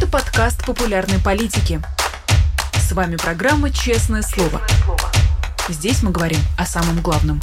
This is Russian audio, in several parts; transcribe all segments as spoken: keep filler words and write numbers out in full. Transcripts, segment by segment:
Это подкаст популярной политики. С вами программа «Честное слово». Здесь мы говорим о самом главном.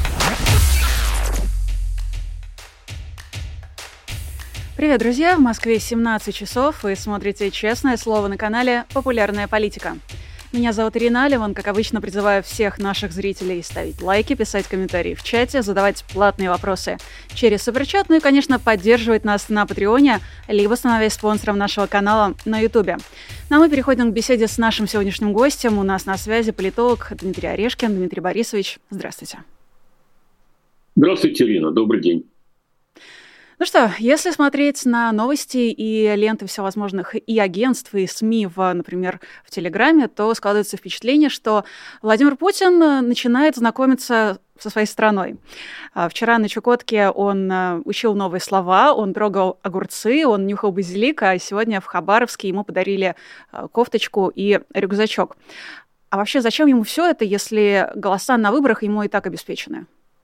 Привет, друзья! В Москве семнадцать часов. Вы смотрите «Честное слово» на канале «Популярная политика». Меня зовут Ирина Алеван. Как обычно, призываю всех наших зрителей ставить лайки, писать комментарии в чате, задавать платные вопросы через суперчат, ну и, конечно, поддерживать нас на Патреоне, либо становясь спонсором нашего канала на Ютубе. Ну а мы переходим к беседе с нашим сегодняшним гостем. У нас на связи политолог Дмитрий Орешкин. Дмитрий Борисович, здравствуйте. Здравствуйте, Ирина. Добрый день. Ну что, если смотреть на новости и ленты всевозможных и агентств, и СМИ, в, например, в Телеграме, то складывается впечатление, что Владимир Путин начинает знакомиться со своей страной. Вчера на Чукотке он учил новые слова, он трогал огурцы, он нюхал базилик, а сегодня в Хабаровске ему подарили кофточку и рюкзачок. А вообще, зачем ему все это, если голоса на выборах ему и так обеспечены?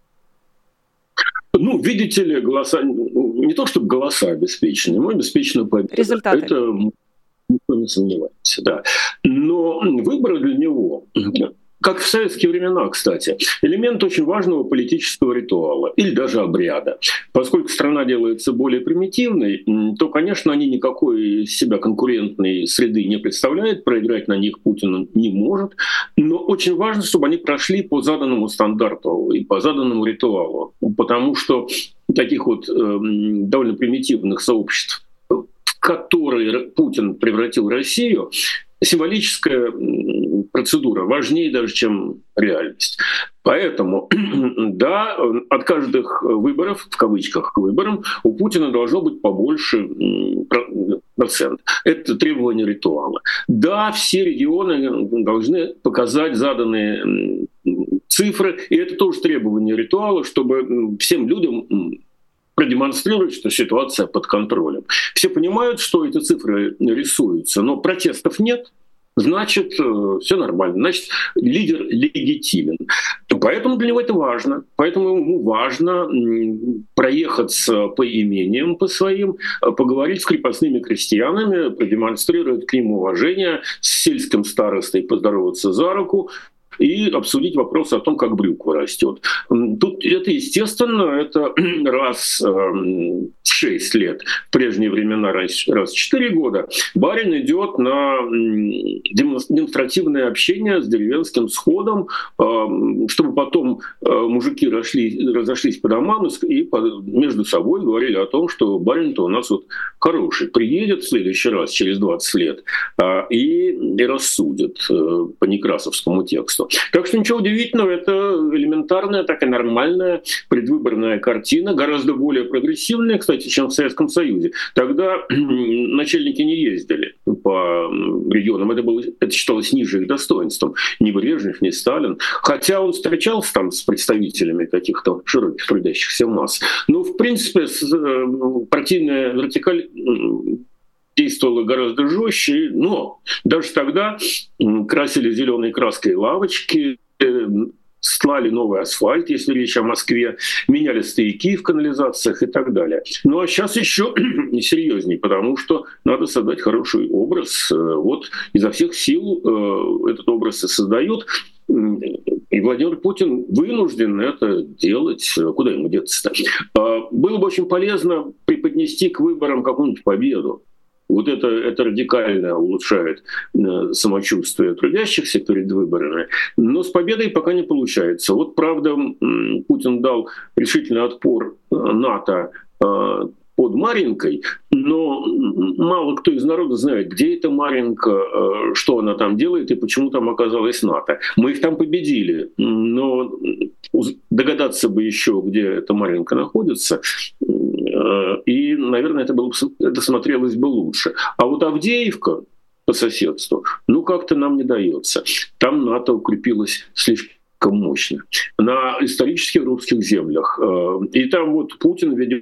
Ну, видите ли, голоса, не то чтобы голоса обеспечены, ему обеспечена победа. Результаты. Это никто не сомневается, да. Но выборы для него, как в советские времена, кстати, элемент очень важного политического ритуала или даже обряда. Поскольку страна делается более примитивной, то, конечно, они никакой из себя конкурентной среды не представляют, проиграть на них Путин не может. Но очень важно, чтобы они прошли по заданному стандарту и по заданному ритуалу. Потому что таких вот э, довольно примитивных сообществ, в которые Путин превратил Россию, символическая процедура важнее даже, чем реальность. Поэтому, да, от каждых выборов, в кавычках к выборам, у Путина должно быть побольше процент. Это требование ритуала. Да, все регионы должны показать заданные цифры, и это тоже требование ритуала, чтобы всем людям продемонстрировать, что ситуация под контролем. Все понимают, что эти цифры рисуются, но протестов нет, значит, все нормально, значит, лидер легитимен. Поэтому для него это важно. Поэтому ему важно проехаться по имениям по своим, поговорить с крепостными крестьянами, продемонстрировать к ним уважение, с сельским старостой поздороваться за руку и обсудить вопрос о том, как брюква растет. Тут это естественно, это раз в шесть лет, в прежние времена раз в четыре года, барин идет на демонстративное общение с деревенским сходом, чтобы потом мужики расшли, разошлись по домам и между собой говорили о том, что барин-то у нас вот хороший, приедет в следующий раз через двадцать лет и, и рассудит по некрасовскому тексту. Так что ничего удивительного, это элементарная, такая нормальная предвыборная картина, гораздо более прогрессивная, кстати, чем в Советском Союзе. Тогда начальники не ездили по регионам, это, было, это считалось ниже их достоинством. Ни Брежнев, ни Сталин. Хотя он встречался там с представителями каких-то широких трудящихся масс. Но, в принципе, партийная вертикаль действовало гораздо жестче, но даже тогда красили зеленой краской лавочки, стлали новый асфальт, если речь о Москве, меняли стояки в канализациях и так далее. Ну а сейчас еще серьезнее, потому что надо создать хороший образ. Вот изо всех сил этот образ и создают. И Владимир Путин вынужден это делать. Куда ему деться-то? Было бы очень полезно преподнести к выборам какую-нибудь победу. Вот это, это радикально улучшает самочувствие трудящихся перед выборами. Но с победой пока не получается. Вот, правда, Путин дал решительный отпор НАТО под Марьинкой, но мало кто из народа знает, где эта Марьинка, что она там делает и почему там оказалась НАТО. Мы их там победили, но догадаться бы еще, где эта Марьинка находится, и, наверное, это, было, это смотрелось бы лучше. А вот Авдеевка по соседству, ну как-то нам не дается. Там НАТО укрепилось слишком мощно. На исторических русских землях. И там вот Путин ведет.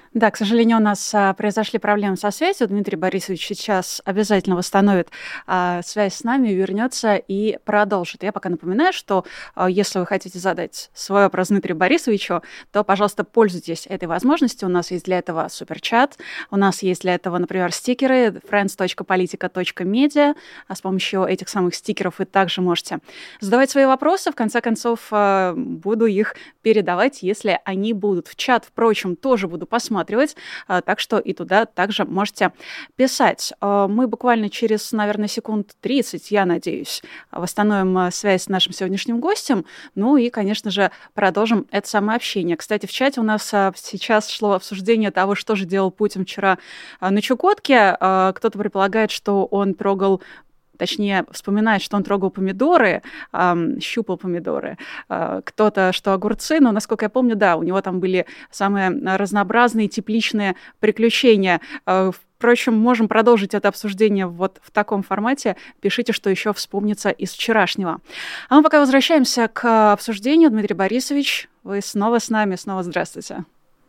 Да, к сожалению, у нас а, произошли проблемы со связью. Дмитрий Борисович сейчас обязательно восстановит а, связь с нами, вернется и продолжит. Я пока напоминаю, что а, если вы хотите задать свой вопрос Дмитрию Борисовичу, то, пожалуйста, пользуйтесь этой возможностью. У нас есть для этого суперчат, у нас есть для этого, например, стикеры friends точка politica точка media. А с помощью этих самых стикеров вы также можете задавать свои вопросы. В конце концов, а, буду их передавать, если они будут. В чат, впрочем, тоже буду посматривать. Так что и туда также можете писать. Мы буквально через, наверное, секунд тридцать, я надеюсь, восстановим связь с нашим сегодняшним гостем. Ну и, конечно же, продолжим это самое общение. Кстати, в чате у нас сейчас шло обсуждение того, что же делал Путин вчера на Чукотке. Кто-то предполагает, что он трогал Точнее, вспоминает, что он трогал помидоры, эм, щупал помидоры, э, кто-то, что огурцы, но, насколько я помню, да, у него там были самые разнообразные тепличные приключения. Э, впрочем, можем продолжить это обсуждение вот в таком формате. Пишите, что еще вспомнится из вчерашнего. А мы пока возвращаемся к обсуждению. Дмитрий Борисович, вы снова с нами, снова здравствуйте.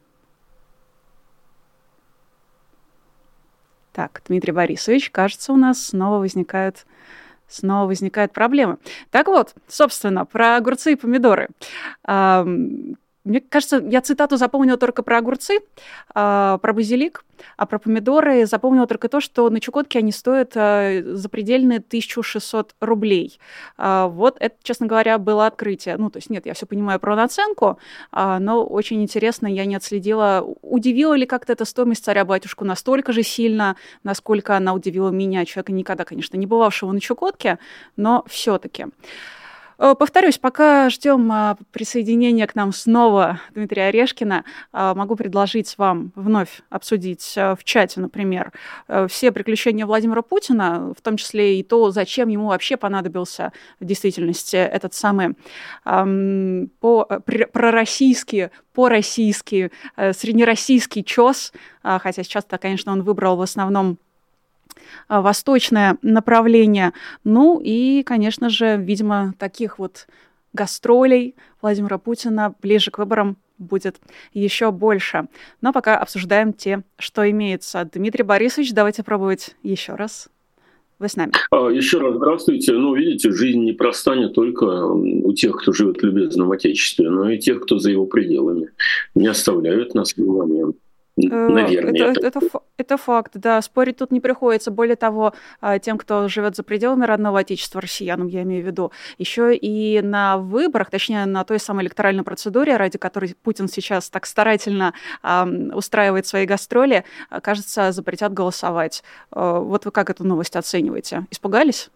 Так, Дмитрий Борисович, кажется, у нас снова возникают, снова возникают проблемы. Так вот, собственно, про огурцы и помидоры. Мне кажется, я цитату запомнила только про огурцы, про базилик, а про помидоры запомнила только то, что на Чукотке они стоят запредельные тысяча шестьсот рублей. Вот это, честно говоря, было открытие. Ну, то есть нет, я все понимаю про наценку, но очень интересно, я не отследила, удивила ли как-то эта стоимость царя-батюшку настолько же сильно, насколько она удивила меня, человека никогда, конечно, не бывавшего на Чукотке, но все-таки. Повторюсь, пока ждем присоединения к нам снова Дмитрия Орешкина, могу предложить вам вновь обсудить в чате, например, все приключения Владимира Путина, в том числе и то, зачем ему вообще понадобился в действительности этот самый эм, по, пророссийский, по-российский, э, среднероссийский ЧОС, э, хотя сейчас-то, конечно, он выбрал в основном восточное направление. Ну и, конечно же, видимо, таких вот гастролей Владимира Путина ближе к выборам будет еще больше. Но пока обсуждаем те, что имеется. Дмитрий Борисович, давайте пробовать еще раз. Вы с нами. Еще раз здравствуйте. Ну, видите, жизнь непроста не только у тех, кто живет в любезном Отечестве, но и тех, кто за его пределами. Не оставляют нас в момент. Наверное. Это, это, это факт, да, спорить тут не приходится. Более того, тем, кто живет за пределами родного отечества, россиянам, я имею в виду, еще и на выборах, точнее, на той самой электоральной процедуре, ради которой Путин сейчас так старательно э, устраивает свои гастроли, кажется, запретят голосовать. Э, вот вы как эту новость оцениваете? Испугались?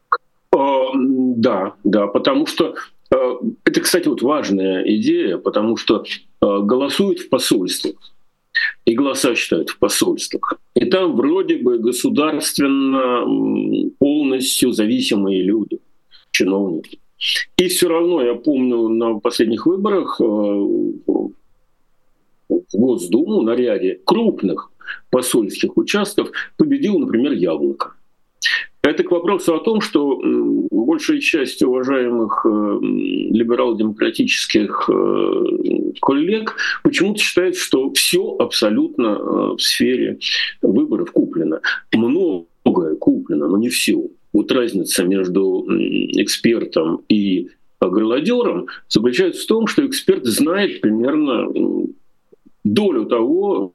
Да, да, потому что это, кстати, вот важная идея, потому что голосуют в посольствах. И голоса считают в посольствах. И там вроде бы государственно полностью зависимые люди, чиновники. И все равно, я помню, на последних выборах в Госдуму на ряде крупных посольских участков победил, например, Яблоко. Это к вопросу о том, что большая часть уважаемых либерал-демократических коллег почему-то считает, что все абсолютно в сфере выборов куплено. Многое куплено, но не все. Вот разница между экспертом и агролодером заключается в том, что эксперт знает примерно долю того,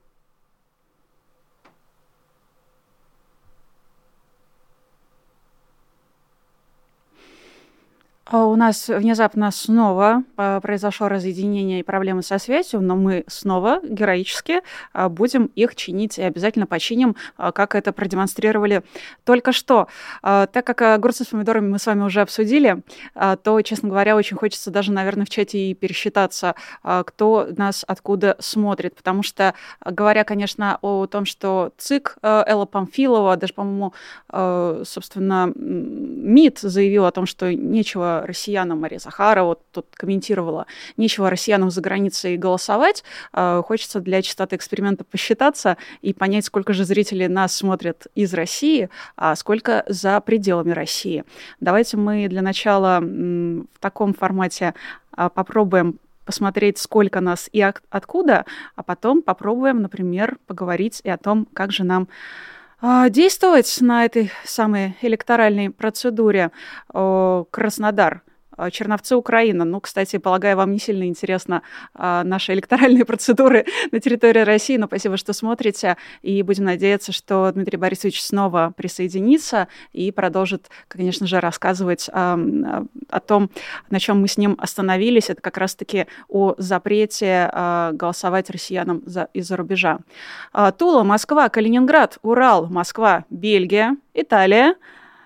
У нас внезапно снова произошло разъединение и проблемы со связью, но мы снова героически будем их чинить и обязательно починим, как это продемонстрировали только что. Так как огурцы с помидорами мы с вами уже обсудили, то, честно говоря, очень хочется даже, наверное, в чате и пересчитаться, кто нас откуда смотрит, потому что, говоря, конечно, о том, что ЦИК Элла Памфилова, даже, по-моему, собственно, МИД заявил о том, что нечего россиянам, Мария Захарова тут комментировала, нечего россиянам за границей голосовать. Хочется для чистоты эксперимента посчитаться и понять, сколько же зрителей нас смотрят из России, а сколько за пределами России. Давайте мы для начала в таком формате попробуем посмотреть, сколько нас и откуда, а потом попробуем, например, поговорить и о том, как же нам действовать на этой самой электоральной процедуре. Краснодар. Черновцы, Украина. Ну, кстати, полагаю, вам не сильно интересно а, наши электоральные процедуры на территории России, но спасибо, что смотрите, и будем надеяться, что Дмитрий Борисович снова присоединится и продолжит, конечно же, рассказывать а, о том, на чем мы с ним остановились. Это как раз-таки о запрете а, голосовать россиянам за, из-за рубежа. А, Тула, Москва, Калининград, Урал, Москва, Бельгия, Италия.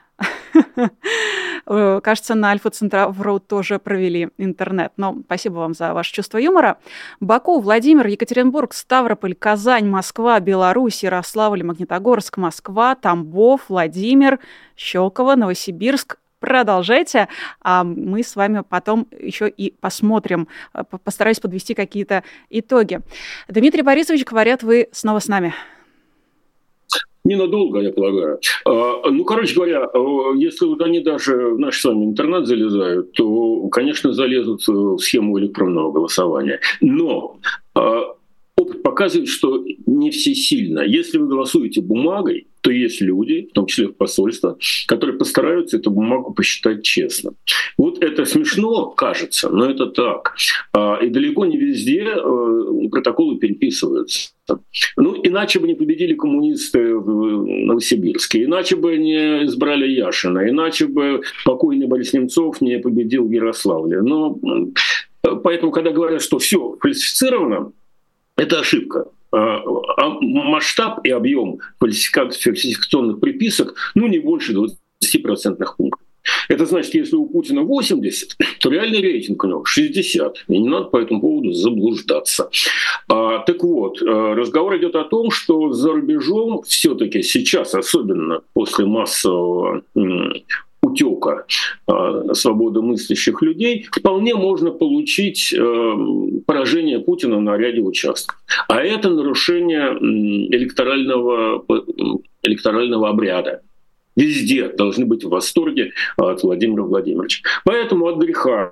Кажется, на Альфа-Центавру тоже провели интернет. Но спасибо вам за ваше чувство юмора. Баку, Владимир, Екатеринбург, Ставрополь, Казань, Москва, Беларусь, Ярославль, Магнитогорск, Москва, Тамбов, Владимир, Щелково, Новосибирск. Продолжайте, а мы с вами потом еще и посмотрим, постараюсь подвести какие-то итоги. Дмитрий Борисович, говорят, вы снова с нами. Ненадолго, я полагаю. Ну, короче говоря, если вот они даже в наш с вами интернет залезают, то, конечно, залезут в схему электронного голосования. Но опыт показывает, что не всесильно. Если вы голосуете бумагой, то есть люди, в том числе в посольстве, которые постараются эту бумагу посчитать честно. Вот это смешно, кажется, но это так. И далеко не везде протоколы переписываются. Ну, иначе бы не победили коммунисты в Новосибирске, иначе бы не избрали Яшина, иначе бы покойный Борис Немцов не победил в Ярославле. Но поэтому, когда говорят, что все фальсифицировано, это ошибка. А масштаб и объем фальсификационных приписок ну, не больше двадцати процентных пунктов. Это значит, если у Путина восемьдесят, то реальный рейтинг у него шестьдесят. И не надо по этому поводу заблуждаться. А, так вот, разговор идет о том, что за рубежом все-таки сейчас, особенно после массового утека э, свободомыслящих людей, вполне можно получить э, поражение Путина на ряде участков. А это нарушение электорального, электорального обряда. Везде должны быть в восторге от Владимира Владимировича. Поэтому от греха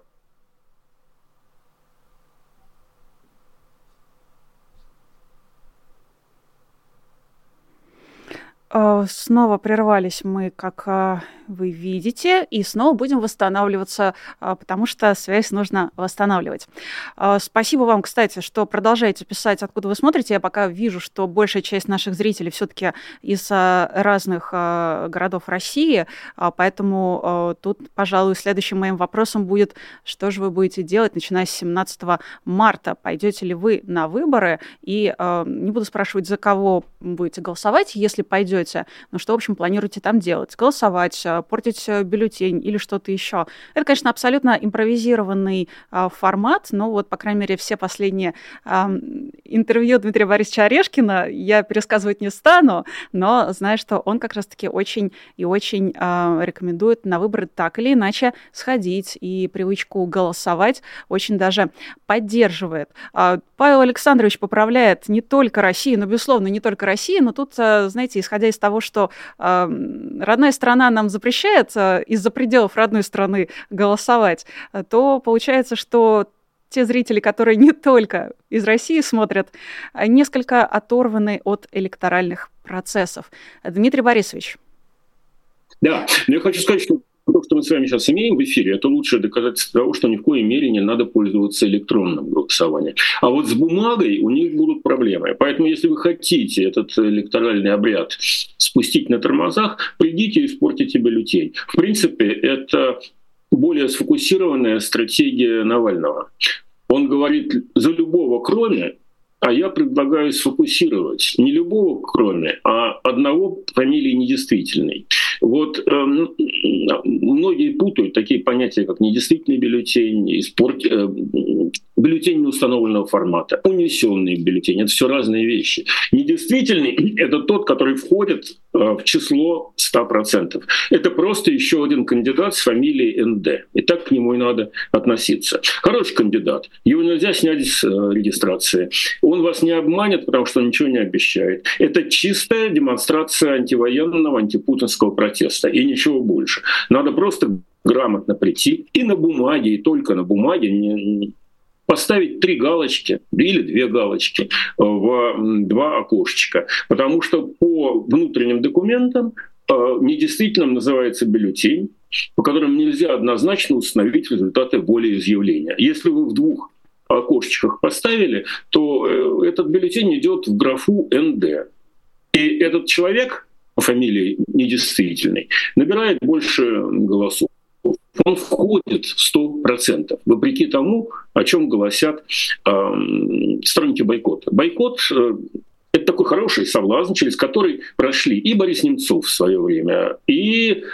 снова прервались мы, как вы видите, и снова будем восстанавливаться, потому что связь нужно восстанавливать. Спасибо вам, кстати, что продолжаете писать, откуда вы смотрите. Я пока вижу, что большая часть наших зрителей все-таки из разных городов России, поэтому тут, пожалуй, следующим моим вопросом будет, что же вы будете делать, начиная с семнадцатого марта. Пойдете ли вы на выборы? И не буду спрашивать, за кого будете голосовать, если пойдете. Ну, что, в общем, планируете там делать? Голосовать, портить бюллетень или что-то еще? Это, конечно, абсолютно импровизированный а, формат, но вот, по крайней мере, все последние а, интервью Дмитрия Борисовича Орешкина я пересказывать не стану, но знаю, что он как раз-таки очень и очень а, рекомендует на выборы так или иначе сходить, и привычку голосовать очень даже поддерживает. А, Павел Александрович поправляет не только Россию, но, безусловно, не только Россию, но тут, знаете, исходя из того, что э, родная страна нам запрещает э, из-за пределов родной страны голосовать, то получается, что те зрители, которые не только из России смотрят, несколько оторваны от электоральных процессов. Дмитрий Борисович. Да, я хочу сказать, что то, что мы с вами сейчас имеем в эфире, это лучшее доказательство того, что ни в коей мере не надо пользоваться электронным голосованием. А вот с бумагой у них будут проблемы. Поэтому, если вы хотите этот электоральный обряд спустить на тормозах, придите и испортите бюллетень. В принципе, это более сфокусированная стратегия Навального. Он говорит за любого кроме, а я предлагаю сфокусировать не любого кроме, а одного фамилии недействительной. Вот э, многие путают такие понятия, как недействительный бюллетень, испорт, э, бюллетень неустановленного формата, унесенный бюллетень. Это все разные вещи. Недействительный — это тот, который входит э, в число сто процентов. Это просто еще один кандидат с фамилией эн дэ. И так к нему и надо относиться. Хороший кандидат. Его нельзя снять с э, регистрации. Он вас не обманет, потому что он ничего не обещает. Это чистая демонстрация антивоенного, антипутинского протеста. И ничего больше. Надо просто грамотно прийти и на бумаге, и только на бумаге, не, поставить три галочки или две галочки в два окошечка, потому что по внутренним документам недействительным называется бюллетень, по которым нельзя однозначно установить результаты волеизъявления. Если вы в двух окошечках поставили, то этот бюллетень идет в графу эн дэ. И этот человек по фамилии недействительный набирает больше голосов. Он входит в сто процентов, вопреки тому, о чем гласят э, сторонники бойкота. Бойкот э, — это такой хороший соблазн, через который прошли и Борис Немцов в свое время, и э,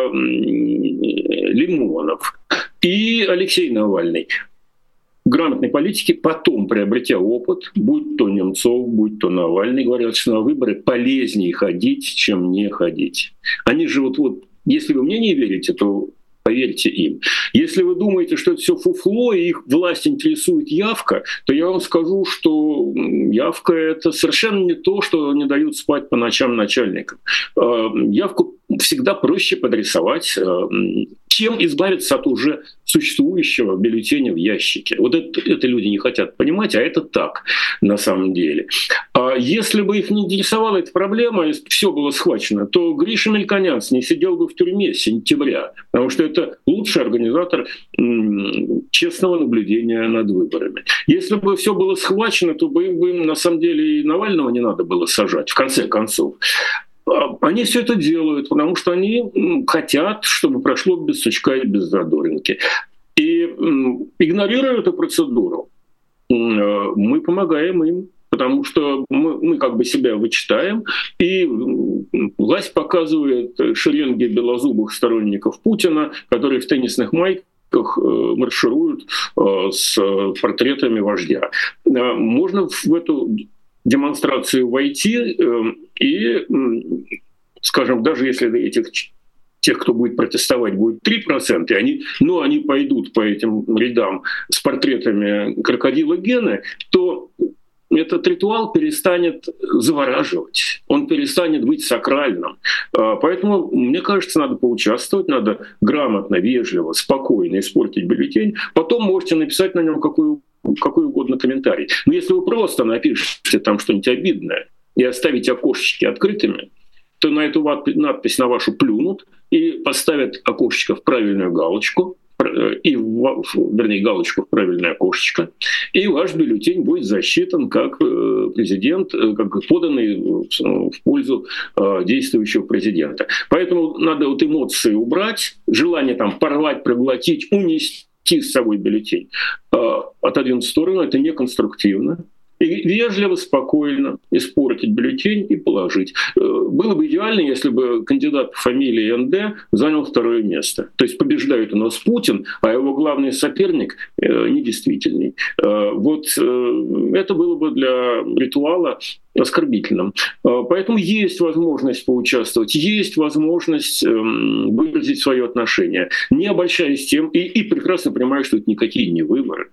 Лимонов, и Алексей Навальный. Грамотной политики, потом, приобретя опыт, будь то Немцов, будь то Навальный, говорят, что на выборы полезнее ходить, чем не ходить. Они же вот, вот если вы мне не верите, то поверьте им. Если вы думаете, что это все фуфло, и их власть интересует явка, то я вам скажу, что явка — это совершенно не то, что не дают спать по ночам начальникам. Явку всегда проще подрисовать, чем избавиться от уже существующего бюллетеня в ящике. Вот это, это люди не хотят понимать, а это так на самом деле. А если бы их не интересовала эта проблема, если бы все было схвачено, то Гриша Мельконянц не сидел бы в тюрьме с сентября, потому что это лучший организатор м- честного наблюдения над выборами. Если бы все было схвачено, то бы им, бы им на самом деле и Навального не надо было сажать, в конце концов. Они все это делают, потому что они хотят, чтобы прошло без сучка и без задоринки. И игнорируя эту процедуру, мы помогаем им, потому что мы, мы как бы себя вычитаем, и власть показывает шеренги белозубых сторонников Путина, которые в теннисных майках маршируют с портретами вождя. Можно в эту демонстрацию войти и, скажем, даже если этих тех, кто будет протестовать, будет три процента, и они, но они пойдут по этим рядам с портретами крокодила Гены, то этот ритуал перестанет завораживать, он перестанет быть сакральным. Поэтому, мне кажется, надо поучаствовать, надо грамотно, вежливо, спокойно испортить бюллетень. Потом можете написать на нем какую, какой угодно комментарий. Но если вы просто напишете там что-нибудь обидное и оставите окошечки открытыми, то на эту надпись на вашу плюнут и поставят окошечко в правильную галочку, и, вернее, галочку в правильное окошечко, и ваш бюллетень будет засчитан как президент, как поданный в пользу действующего президента. Поэтому надо вот эмоции убрать, желание там порвать, проглотить, унести с собой бюллетень, отодвинуть в сторону, это неконструктивно. И вежливо, спокойно испортить бюллетень и положить. Было бы идеально, если бы кандидат по фамилии эн дэ занял второе место. То есть побеждает у нас Путин, а его главный соперник недействительный. Вот это было бы для ритуала оскорбительным. Поэтому есть возможность поучаствовать, есть возможность выразить свое отношение, не обольщаясь тем, и, и прекрасно понимая, что это никакие не выборы.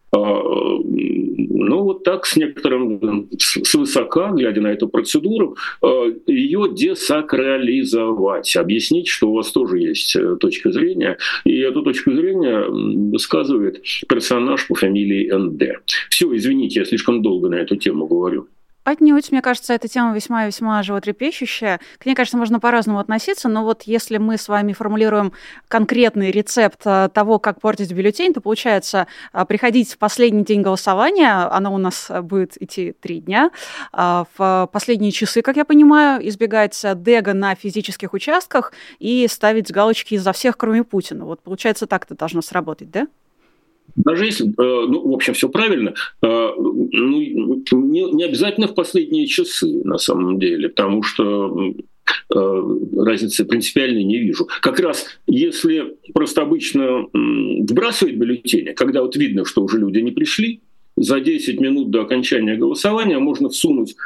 Ну, вот так, с некоторым, свысока, глядя на эту процедуру, ее десакрализовать, объяснить, что у вас тоже есть точка зрения, и эту точку зрения высказывает персонаж по фамилии эн дэ. Все, извините, я слишком долго на эту тему говорю. Отнюдь, мне кажется, эта тема весьма-весьма животрепещущая. К ней, конечно, можно по-разному относиться, но вот если мы с вами формулируем конкретный рецепт того, как портить бюллетень, то получается приходить в последний день голосования, оно у нас будет идти три дня, в последние часы, как я понимаю, избегать дега на физических участках и ставить галочки за всех, кроме Путина. Вот получается, так это должно сработать, да? Даже если, ну, в общем, все правильно, ну, не, не обязательно в последние часы, на самом деле, потому что разницы принципиальной не вижу. Как раз если просто обычно вбрасывать бюллетени, когда вот видно, что уже люди не пришли, за десять минут до окончания голосования можно всунуть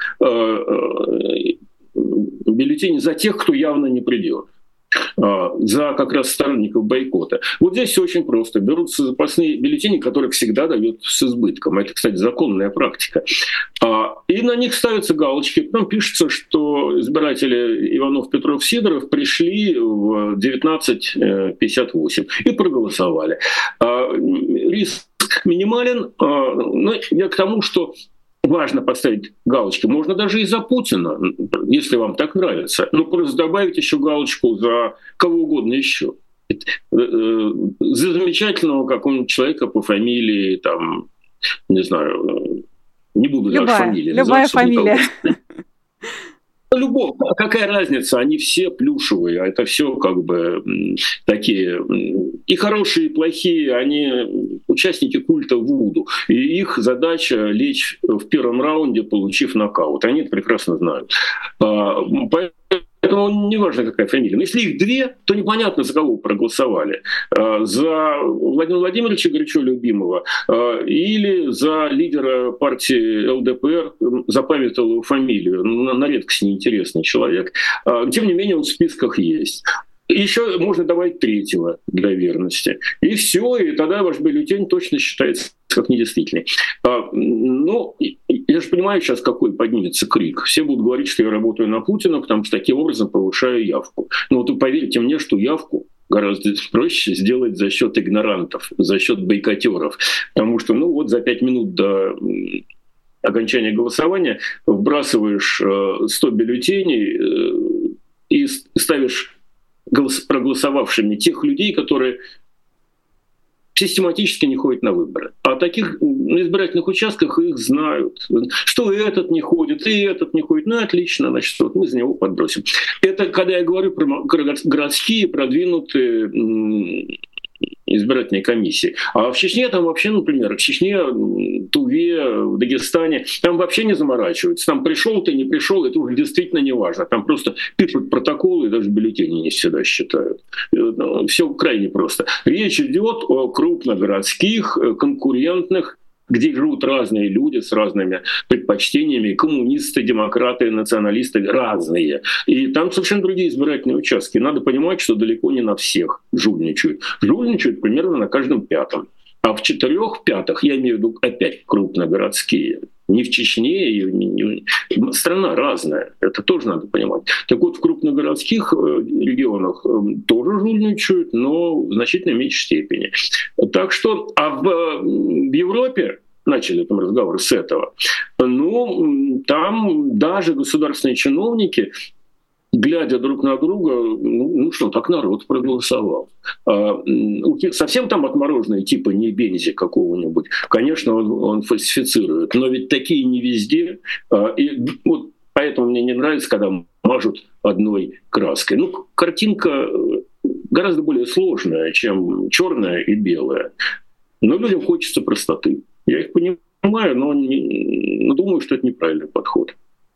бюллетени за тех, кто явно не придет, за как раз сторонников бойкота. Вот здесь все очень просто. Берутся запасные бюллетени, которые всегда дают с избытком. Это, кстати, законная практика. И на них ставятся галочки. Потом пишется, что избиратели Иванов, Петров, Сидоров пришли в девятнадцать пятьдесят восемь и проголосовали. Риск минимален, но я к тому, что важно поставить галочки. Можно даже и за Путина, если вам так нравится. Но просто добавить еще галочку за кого угодно еще. За замечательного какого-нибудь человека по фамилии, там, не знаю, не буду любая, даже фамилии любая фамилия. Любовь, какая разница, они все плюшевые, а это все как бы такие и хорошие, и плохие, они участники культа Вуду, и их задача лечь в первом раунде, получив нокаут, они это прекрасно знают. Поэтому неважно, какая фамилия. Но если их две, то непонятно, за кого проголосовали. За Владимира Владимировича горячо любимого или за лидера партии эл дэ пэ эр, запамятовал фамилию. На редкость неинтересный человек. Тем не менее, он в списках есть. Еще можно добавить третьего для верности. И все, и тогда ваш бюллетень точно считается как недействительный. А, ну, я же понимаю сейчас, какой поднимется крик. Все будут говорить, что я работаю на Путина, потому что таким образом повышаю явку. Но вот поверьте мне, что явку гораздо проще сделать за счет игнорантов, за счет бойкотеров. Потому что, ну вот, за пять минут до окончания голосования вбрасываешь сто бюллетеней и ставишь проголосовавшими тех людей, которые систематически не ходят на выборы. А таких на избирательных участках их знают. Что и этот не ходит, и этот не ходит. Ну, отлично, значит, вот мы за него подбросим. Это когда я говорю про городские продвинутые избирательной комиссии. А в Чечне там вообще, например, в Чечне, Туве, в Дагестане, там вообще не заморачиваются. Там пришел ты, не пришел, это уже действительно не важно. Там просто пишут протоколы и даже бюллетени не всегда считают. Все крайне просто. Речь идет о крупногородских, конкурентных, где живут разные люди с разными предпочтениями, коммунисты, демократы, националисты разные. И там совершенно другие избирательные участки. Надо понимать, что далеко не на всех жульничают. Жульничают примерно на каждом пятом. А в четырех пятых, я имею в виду опять крупногородские, не в Чечне, не, не, страна разная, это тоже надо понимать. Так вот, в крупногородских регионах тоже жульничают, но в значительно меньшей степени. Так что, а в, в Европе, начали там разговор с этого, ну, там даже государственные чиновники, глядя друг на друга, ну, ну что, так народ проголосовал. А, совсем там отмороженные, типа не Бензи какого-нибудь, конечно, он, он фальсифицирует, но ведь такие не везде. А, и вот поэтому мне не нравится, когда мажут одной краской. Ну, картинка гораздо более сложная, чем черная и белая. Но людям хочется простоты. Я их понимаю, но, не, но думаю, что это неправильный подход.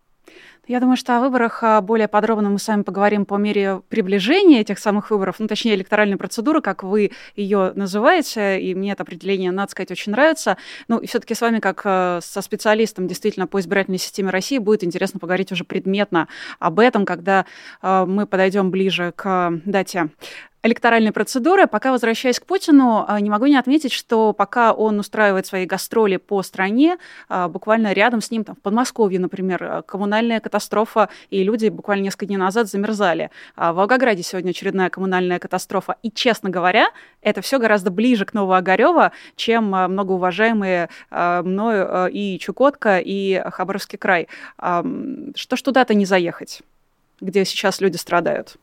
Я думаю, что о выборах более подробно мы с вами поговорим по мере приближения этих самых выборов, ну, точнее, электоральной процедуры, как вы ее называете, и мне это определение, надо сказать, очень нравится. Ну, и все-таки с вами, как со специалистом действительно по избирательной системе России, будет интересно поговорить уже предметно об этом, когда мы подойдем ближе к дате электоральной процедуры. Пока, возвращаясь к Путину, не могу не отметить, что пока он устраивает свои гастроли по стране, буквально рядом с ним, там, в Подмосковье, например, коммунальная катастрофа, и люди буквально несколько дней назад замерзали. В Волгограде сегодня очередная коммунальная катастрофа. И, честно говоря, это все гораздо ближе к Новоогарёво, чем многоуважаемые мною и Чукотка, и Хабаровский край. Что ж туда-то не заехать, где сейчас люди страдают?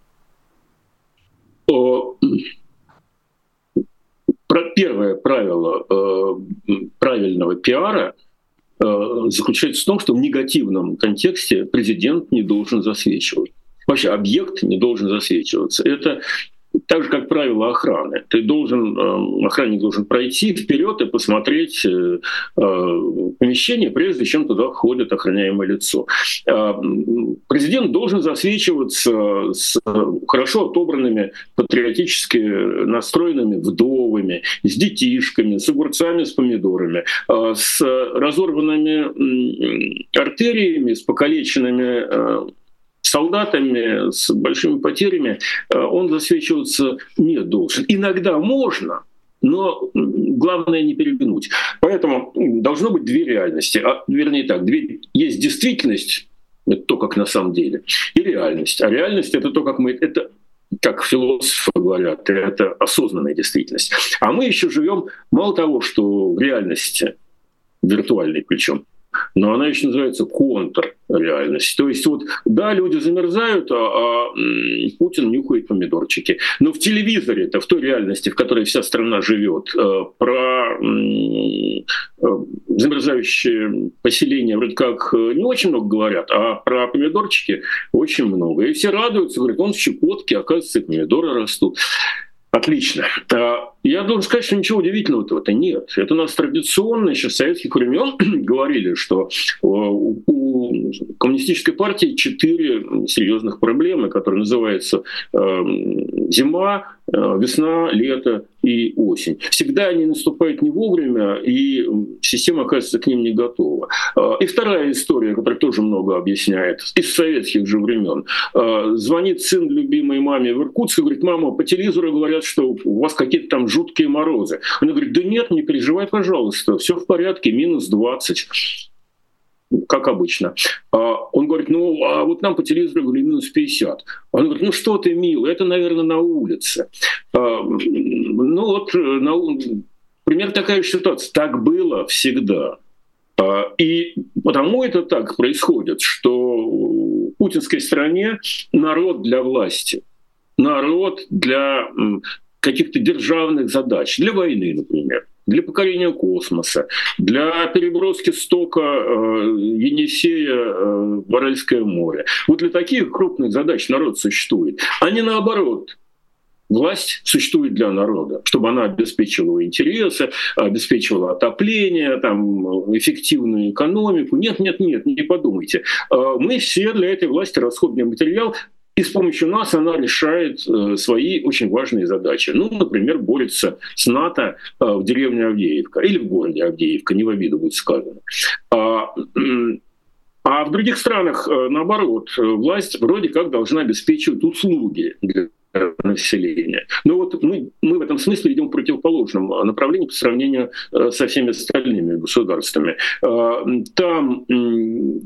Первое правило э, правильного пиара э, заключается в том, что в негативном контексте президент не должен засвечивать. Вообще объект не должен засвечиваться. Это так же, как правило охраны. Ты должен, э, охранник должен пройти вперед и посмотреть э, э, помещение, прежде чем туда входит охраняемое лицо. Э, президент должен засвечиваться с хорошо отобранными, патриотически настроенными вдовами, с детишками, с огурцами, с помидорами, э, с разорванными э, артериями, с покалеченными э, солдатами, с большими потерями, он засвечиваться не должен. Иногда можно, но главное не перегнуть. Поэтому должно быть две реальности. А, вернее так, две, есть действительность, это то, как на самом деле, и реальность. А реальность — это то, как мы... Это как философы говорят, это осознанная действительность. А мы еще живем, мало того, что в реальности, виртуальной причем, но она еще называется контрреальность. То есть вот, да, люди замерзают, а, а Путин нюхает помидорчики. Но в телевизоре, это в той реальности, в которой вся страна живет, про замерзающее поселение вроде как не очень много говорят, а про помидорчики очень много. И все радуются, говорят, он в Чукотке, оказывается, и помидоры растут. Отлично. Я должен сказать, что ничего удивительного этого нет. Это у нас традиционно еще с советских времен говорили, что у коммунистической партии четыре серьезных проблемы, которые называются зима, весна, лето и осень. Всегда они наступают не вовремя, и система, оказывается, к ним не готова. И вторая история, которая тоже много объясняет, из советских же времен. Звонит сын любимой маме в Иркутск и говорит: мама, по телевизору говорят, что у вас какие-то там жуткие морозы. Она говорит: да нет, не переживай, пожалуйста, все в порядке, минус двадцать. Как обычно. Он говорит: ну, а вот нам по телевизору говорили минус пятьдесят. Он говорит: ну что ты, милый, это, наверное, на улице. Ну вот, примерно такая же ситуация. Так было всегда. И потому это так происходит, что в путинской стране народ для власти, народ для каких-то державных задач, для войны, например, для покорения космоса, для переброски стока э, Енисея э, в Аральское море. Вот для таких крупных задач народ существует, а не наоборот. Власть существует для народа, чтобы она обеспечивала интересы, обеспечивала отопление, там, эффективную экономику. Нет, нет, нет, не подумайте. Мы все для этой власти расходный материал, и с помощью нас она решает э, свои очень важные задачи. Ну, например, борется с НАТО э, в деревне Авдеевка или в городе Авдеевка, не в обиду будет сказано. А, а в других странах, э, наоборот, власть вроде как должна обеспечивать услуги для населения. Но вот мы, мы в этом смысле идем в противоположном направлении по сравнению э, со всеми остальными государствами. Э, там э,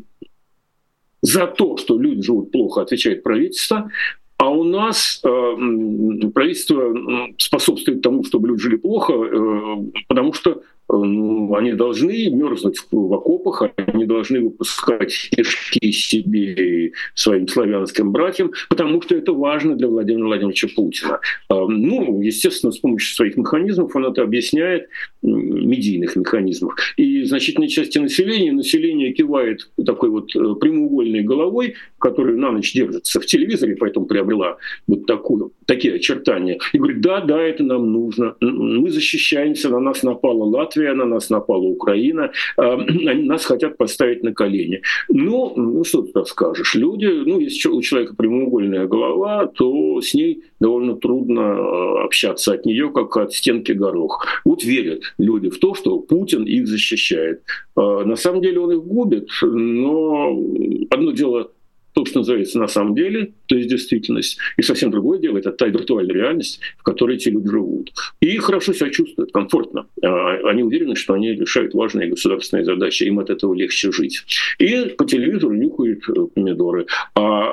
за то, что люди живут плохо, отвечает правительство, а у нас э, правительство способствует тому, чтобы люди жили плохо, э, потому что э, они должны мерзнуть в окопах, они должны выпускать кишки себе и своим славянским братьям, потому что это важно для Владимира Владимировича Путина. Э, ну, естественно, с помощью своих механизмов он это объясняет, медийных механизмов. И значительной части населения, население кивает такой вот прямоугольной головой, которая на ночь держится в телевизоре, поэтому приобрела вот такую, такие очертания. И говорит: да, да, это нам нужно. Мы защищаемся, на нас напала Латвия, на нас напала Украина, они нас хотят поставить на колени. Ну, ну что ты скажешь? Люди, ну, если у человека прямоугольная голова, то с ней довольно трудно общаться от нее, как от стенки горох. Вот верят люди в то, что Путин их защищает. На самом деле он их губит, но одно дело то, что называется на самом деле, то есть действительность, и совсем другое дело — это та виртуальная реальность, в которой эти люди живут. И хорошо себя чувствуют, комфортно. Они уверены, что они решают важные государственные задачи, им от этого легче жить. И по телевизору нюхают помидоры. А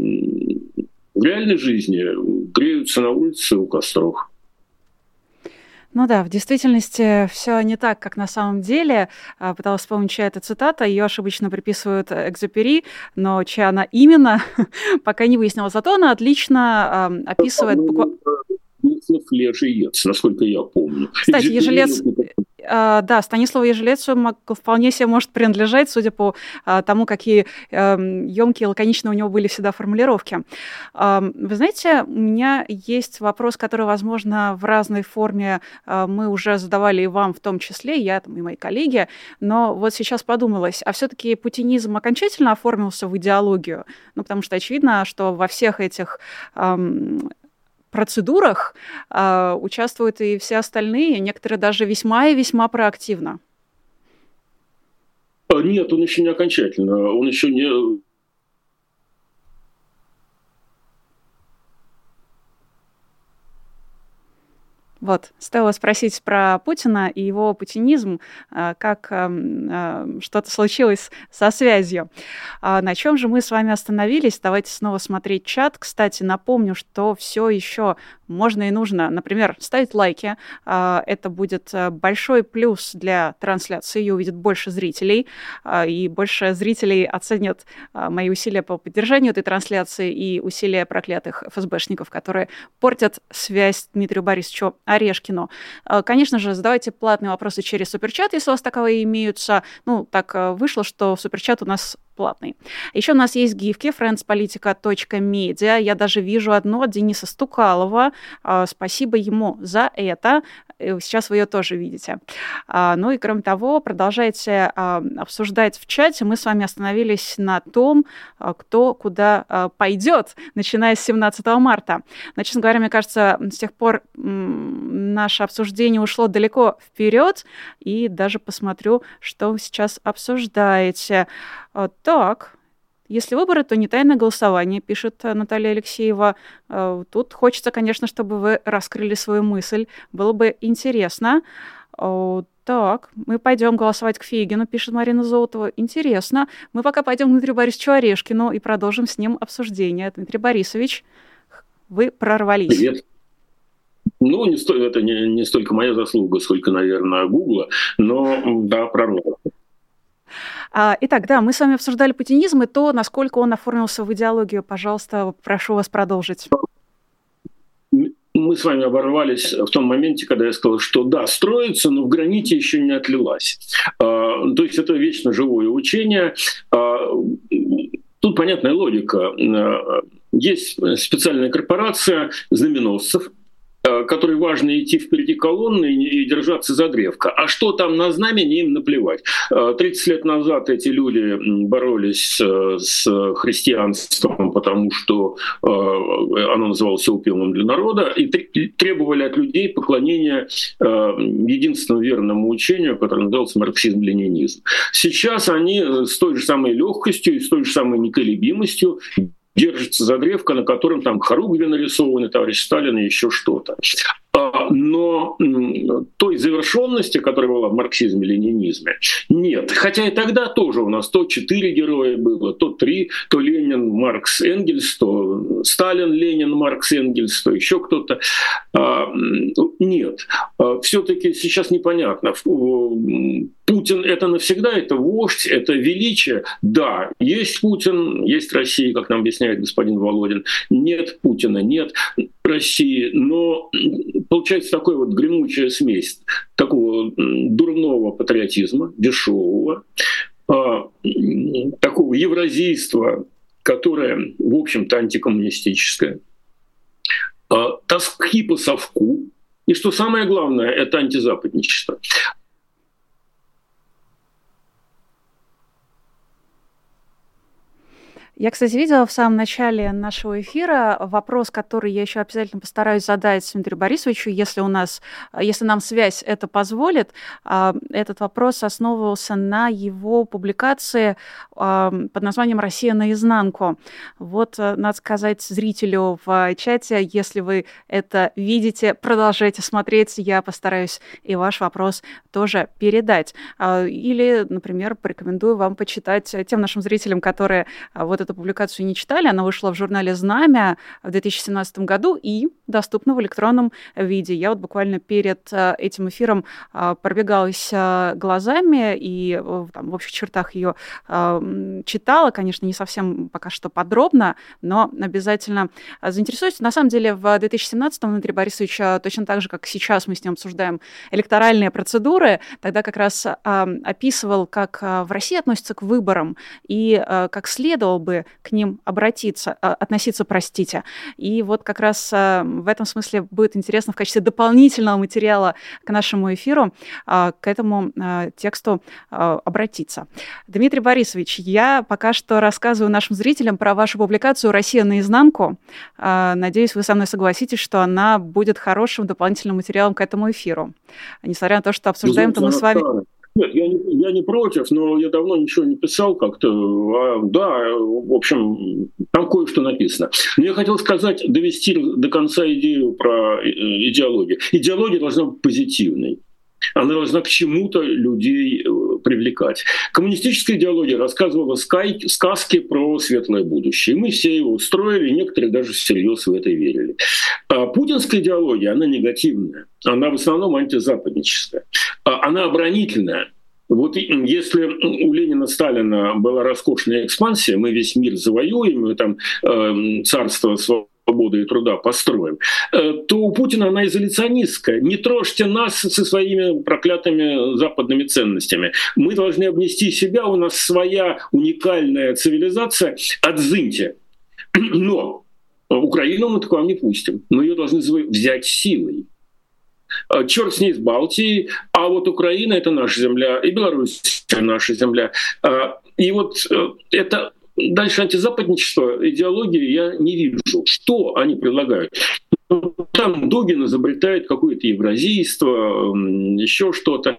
в реальной жизни греются на улице у костров. Ну да, в действительности все не так, как на самом деле. Пыталась вспомнить, чья это цитата. Ее ошибочно приписывают Экзюпери, но чья она именно, пока не выяснила. Зато она отлично э, описывает... Ежелец, насколько я помню. Кстати, Ежелец... Uh, да, Станиславу Ежелецу вполне себе может принадлежать, судя по uh, тому, какие uh, ёмкие и лаконичные у него были всегда формулировки. Uh, вы знаете, у меня есть вопрос, который, возможно, в разной форме uh, мы уже задавали и вам в том числе, я там, и мои коллеги, но вот сейчас подумалось, а все-таки путинизм окончательно оформился в идеологию? Ну, потому что очевидно, что во всех этих... Um, процедурах э, участвуют и все остальные, некоторые даже весьма и весьма проактивно. Нет, он еще не окончательно, он еще не... Вот, стоило спросить про Путина и его путинизм, как что-то случилось со связью. На чем же мы с вами остановились? Давайте снова смотреть чат. Кстати, напомню, что все еще можно и нужно, например, ставить лайки. Это будет большой плюс для трансляции, ее увидит больше зрителей, и больше зрителей оценят мои усилия по поддержанию этой трансляции и усилия проклятых эф эс бэшников, которые портят связь Дмитрию Борисовичу Орешкину. Конечно же, задавайте платные вопросы через суперчат, если у вас таковые имеются. Ну, так вышло, что суперчат у нас платный. Еще у нас есть гифки friendspolitica точка media. Я даже вижу одну от Дениса Стукалова. Спасибо ему за это. Сейчас вы ее тоже видите. Ну и кроме того, продолжайте обсуждать в чате. Мы с вами остановились на том, кто куда пойдет, начиная с семнадцатого марта. Но, честно говоря, мне кажется, с тех пор наше обсуждение ушло далеко вперед. И даже посмотрю, что вы сейчас обсуждаете. Так, если выборы, то не тайное голосование, пишет Наталья Алексеева. Тут хочется, конечно, чтобы вы раскрыли свою мысль. Было бы интересно. Так, мы пойдем голосовать к Фейгину, пишет Марина Золотова. Интересно. Мы пока пойдем к Дмитрию Борисовичу Орешкину и продолжим с ним обсуждение. Дмитрий Борисович, вы прорвались. Привет. Ну, не сто... это не, не столько моя заслуга, сколько, наверное, Гугла, но да, прорвался. Итак, да, мы с вами обсуждали путинизм и то, насколько он оформился в идеологию. Пожалуйста, прошу вас продолжить. Мы с вами оборвались в том моменте, когда я сказал, что да, строится, но в граните еще не отлилась. То есть это вечно живое учение. Тут понятная логика. Есть специальная корпорация знаменосцев, которой важно идти впереди колонны и держаться за древко. А что там на знамени, им наплевать. тридцать лет назад эти люди боролись с христианством, потому что оно называлось опиумом для народа, и требовали от людей поклонения единственному верному учению, которое называлось марксизм-ленинизм. Сейчас они с той же самой легкостью и с той же самой неколебимостью держится за древко, на котором там хоругви нарисованы, товарищ Сталин и еще что-то. Но той завершенности, которая была в марксизме-ленинизме, нет. Хотя и тогда тоже у нас то четыре героя было, то три, то Ленин, Маркс, Энгельс, то Сталин, Ленин, Маркс, Энгельс, то еще кто-то. Нет. Все-таки сейчас непонятно. Путин — это навсегда, это вождь, это величие. Да, есть Путин, есть Россия, как нам объясняет господин Володин. Нет Путина, нет России. Но получается такая вот гремучая смесь такого дурного патриотизма, дешевого, такого евразийства, которое, в общем-то, антикоммунистическое, тоски по совку. И что самое главное, это антизападничество. Я, кстати, видела в самом начале нашего эфира вопрос, который я еще обязательно постараюсь задать Дмитрию Борисовичу, если у нас, если нам связь это позволит. Этот вопрос основывался на его публикации под названием «Россия наизнанку». Вот, надо сказать зрителю в чате, если вы это видите, продолжайте смотреть, я постараюсь и ваш вопрос тоже передать. Или, например, порекомендую вам почитать тем нашим зрителям, которые вот эту публикацию не читали, она вышла в журнале «Знамя» в две тысячи семнадцатом году и доступна в электронном виде. Я вот буквально перед этим эфиром пробегалась глазами и там, в общих чертах ее читала, конечно, не совсем пока что подробно, но обязательно заинтересуюсь. На самом деле в две тысячи семнадцатом Дмитрий Борисович, точно так же, как сейчас мы с ним обсуждаем электоральные процедуры, тогда как раз описывал, как в России относятся к выборам и как следовало бы к ним обратиться, относиться, простите. И вот как раз в этом смысле будет интересно в качестве дополнительного материала к нашему эфиру к этому тексту обратиться. Дмитрий Борисович, я пока что рассказываю нашим зрителям про вашу публикацию «Россия наизнанку». Надеюсь, вы со мной согласитесь, что она будет хорошим дополнительным материалом к этому эфиру. Несмотря на то, что обсуждаем-то мы с вами... Нет, я не, я не против, но я давно ничего не писал как-то. А, да, в общем, там кое-что написано. Но я хотел сказать, довести до конца идею про идеологию. Идеология должна быть позитивной. Она должна к чему-то людей привлекать. Коммунистическая идеология рассказывала скай, сказки про светлое будущее. Мы все его устроили, некоторые даже всерьез в это верили. А путинская идеология, она негативная. Она в основном антизападническая. Она оборонительная. Вот если у Ленина, Сталина была роскошная экспансия, мы весь мир завоюем, мы там э, царство свободы и труда построим, э, то у Путина она изоляционистская. Не трожьте нас со своими проклятыми западными ценностями. Мы должны обнести себя, у нас своя уникальная цивилизация, отзыньте. Но Украину мы к вам не пустим, мы ее должны взять силой. Черт с ней, с Балтией, а вот Украина — это наша земля, и Беларусь — это наша земля. И вот это дальше антизападничество, идеологии я не вижу. Что они предлагают? Там Дугин изобретает какое-то евразийство, еще что-то.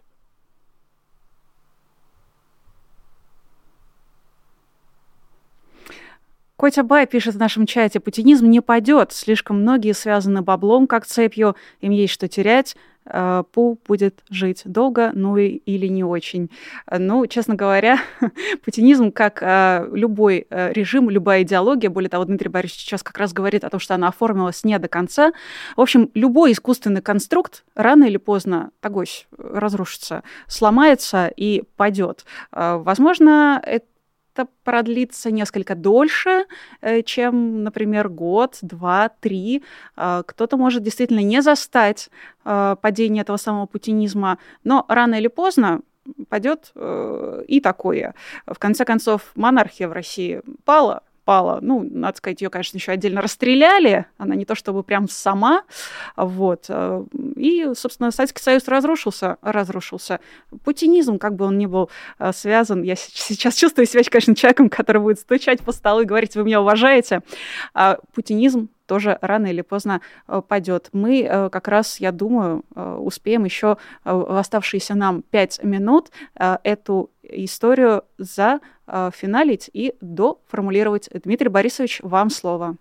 Котя Бай пишет в нашем чате: путинизм не падет, слишком многие связаны баблом, как цепью, им есть что терять, Пу будет жить долго, ну и, или не очень. Ну, честно говоря, путинизм, как любой режим, любая идеология, более того, Дмитрий Борисович сейчас как раз говорит о том, что она оформилась не до конца. В общем, любой искусственный конструкт рано или поздно тогось разрушится, сломается и падет. Возможно, это это продлится несколько дольше, чем, например, год, два, три. Кто-то может действительно не застать падение этого самого путинизма, но рано или поздно падет и такое. В конце концов, монархия в России пала, пала. Ну, надо сказать, ее, конечно, еще отдельно расстреляли. Она не то чтобы прям сама. Вот. И, собственно, Советский Союз разрушился. разрушился. Путинизм, как бы он ни был связан, я сейчас чувствую себя, конечно, человеком, который будет стучать по столу и говорить: вы меня уважаете. А путинизм тоже рано или поздно падет. Мы как раз, я думаю, успеем еще в оставшиеся нам пять минут эту историю зафиналить и доформулировать. Дмитрий Борисович, вам слово.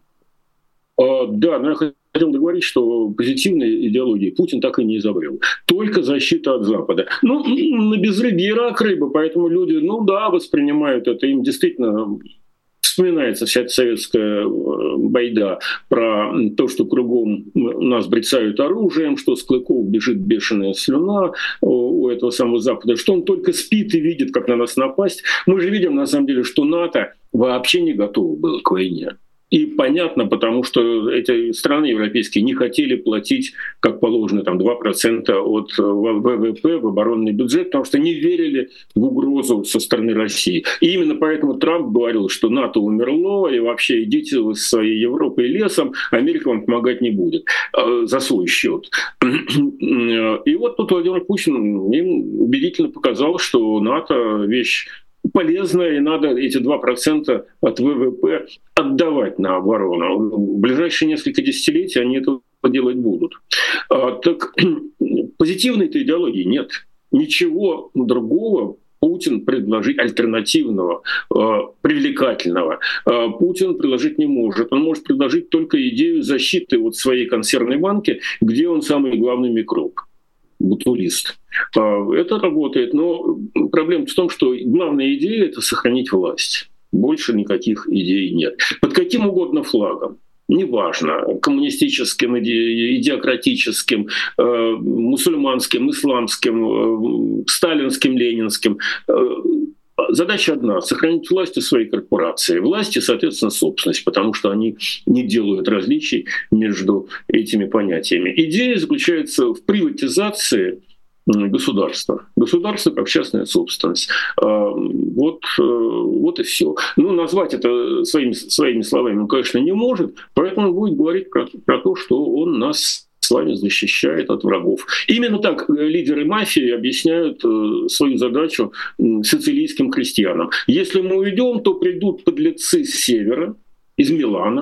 А, да, но я хотел договорить, что позитивной идеологии Путин так и не изобрел. Только защита от Запада. Ну, на безрыбье рак рыба, поэтому люди, ну да, воспринимают это. Им действительно вспоминается вся эта советская байда про то, что кругом нас брецают оружием, что с клыков бежит бешеная слюна у этого самого Запада, что он только спит и видит, как на нас напасть. Мы же видим, на самом деле, что НАТО вообще не готово было к войне. И понятно, потому что эти страны европейские не хотели платить, как положено, там, два процента от ВВП в оборонный бюджет, потому что не верили в угрозу со стороны России. И именно поэтому Трамп говорил, что НАТО умерло, и вообще идите вы с своей Европой лесом, Америка вам помогать не будет за свой счет. И вот тут Владимир Путин им убедительно показал, что НАТО — вещь полезно, и надо эти два процента от ВВП отдавать на оборону. В ближайшие несколько десятилетий они это делать будут. А, так позитивной-то идеологии нет. Ничего другого Путин предложить, альтернативного, э, привлекательного, э, Путин предложить не может. Он может предложить только идею защиты от своей консервной банки, где он самый главный микроб. Бутулист. Это работает, но проблема в том, что главная идея — это сохранить власть. Больше никаких идей нет. Под каким угодно флагом. Неважно, коммунистическим, идеократическим, э, мусульманским, исламским, э, сталинским, ленинским. Э, Задача одна — сохранить власть у своей корпорации. Власть и, соответственно, собственность, потому что они не делают различий между этими понятиями. Идея заключается в приватизации государства. Государство как частная собственность. Вот, вот и все. Ну, назвать это своими, своими словами он, конечно, не может, поэтому он будет говорить про, про то, что он нас с вами защищает от врагов. Именно так лидеры мафии объясняют свою задачу сицилийским крестьянам. Если мы уйдем, то придут подлецы с севера, из Милана, и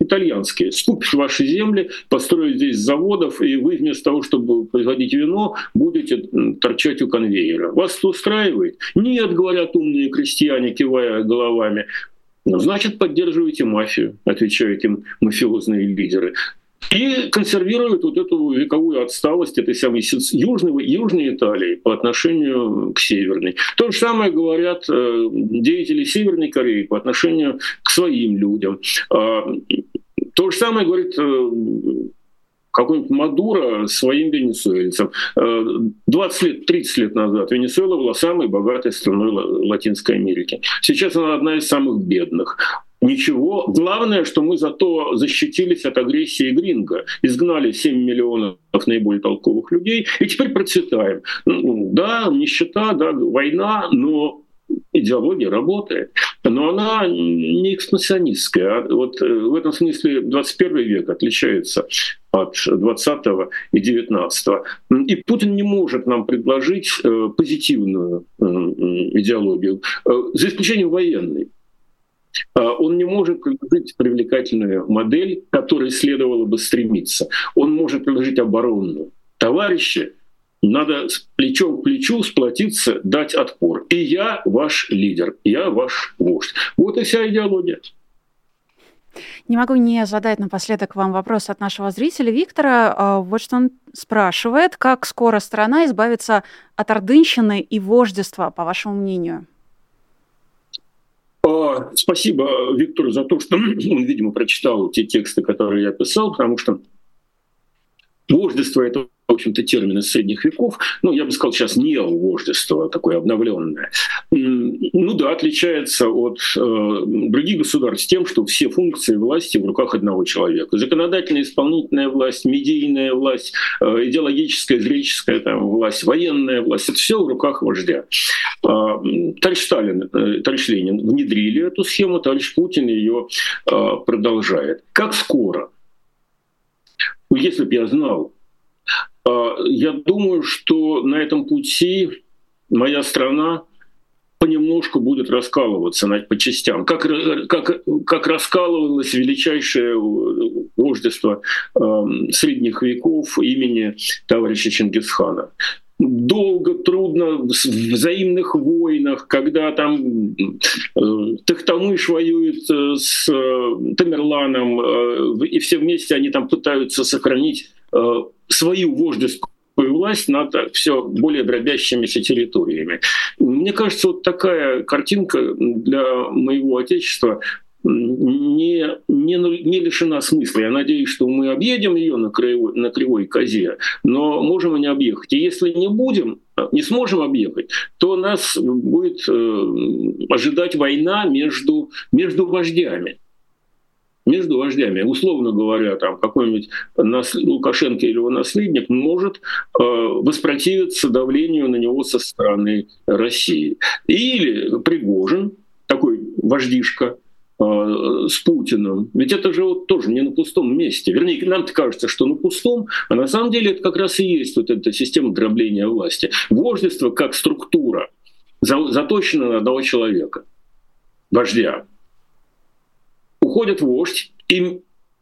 итальянские. Скупят ваши земли, построят здесь заводов, и вы вместо того, чтобы производить вино, будете торчать у конвейера. Вас это устраивает? Нет, говорят умные крестьяне, кивая головами. Ну, значит, поддерживаете мафию, отвечают им мафиозные лидеры. И консервируют вот эту вековую отсталость этой самой южной, южной Италии по отношению к Северной. То же самое говорят деятели Северной Кореи по отношению к своим людям. То же самое говорит какой-нибудь Мадуро своим венесуэльцам. двадцать лет, тридцать лет назад Венесуэла была самой богатой страной Латинской Америки. Сейчас она одна из самых бедных. Ничего. Главное, что мы зато защитились от агрессии гринго. Изгнали семь миллионов наиболее толковых людей, и теперь процветаем. Да, нищета, да, война, но идеология работает. Но она не экспансионистская. Вот в этом смысле двадцать первый век отличается от двадцатого и девятнадцатого. И Путин не может нам предложить позитивную идеологию, за исключением военной. Он не может предложить привлекательную модель, к которой следовало бы стремиться. Он может предложить оборонную. Товарищи, надо плечом к плечу сплотиться, дать отпор. И я ваш лидер, я ваш вождь. Вот и вся идеология. Не могу не задать напоследок вам вопрос от нашего зрителя Виктора. Вот что он спрашивает. Как скоро страна избавится от ордынщины и вождества, по вашему мнению? Спасибо Виктору за то, что он, видимо, прочитал те тексты, которые я писал, потому что вождество — это, в общем-то, термин из средних веков. Ну, я бы сказал, сейчас неовождество, такое обновленное. Ну да, отличается от э, других государств тем, что все функции власти в руках одного человека. Законодательная, исполнительная власть, медийная власть, э, идеологическая, зреческая там, власть, военная власть — это все в руках вождя. Э, товарищ Сталин, э, товарищ Ленин внедрили эту схему, товарищ Путин ее э, продолжает. Как скоро? Если бы я знал, я думаю, что на этом пути моя страна понемножку будет раскалываться по частям, как, как, как раскалывалось величайшее вождество средних веков имени товарища Чингисхана. Долго, трудно, в взаимных войнах, когда там э, Тохтамыш воюет с э, Тамерланом, э, и все вместе они там пытаются сохранить э, свою вождескую власть над все более дробящимися территориями. Мне кажется, вот такая картинка для моего Отечества Не, не, не лишена смысла. Я надеюсь, что мы объедем ее на кривой, на кривой козе, но можем и не объехать. И если не будем, не сможем объехать, то нас будет э, ожидать война между, между вождями. Между вождями. Условно говоря, там какой-нибудь нас, Лукашенко или его наследник может э, воспротивиться давлению на него со стороны России. Или Пригожин, такой вождишка, с Путиным. Ведь это же вот тоже не на пустом месте. Вернее, нам-то кажется, что на пустом, а на самом деле это как раз и есть вот эта система дробления власти. Вождество как структура заточена на одного человека, вождя. Уходит вождь, и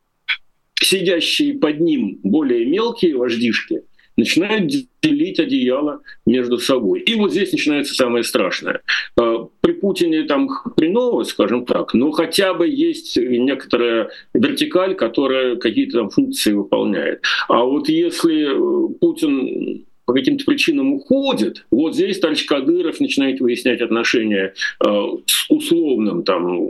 сидящие под ним более мелкие вождишки начинают делить одеяло между собой. И вот здесь начинается самое страшное. При Путине там хреново, скажем так, но хотя бы есть некоторая вертикаль, которая какие-то там функции выполняет. А вот если Путин по каким-то причинам уходит, вот здесь товарищ Кадыров начинает выяснять отношения с условным там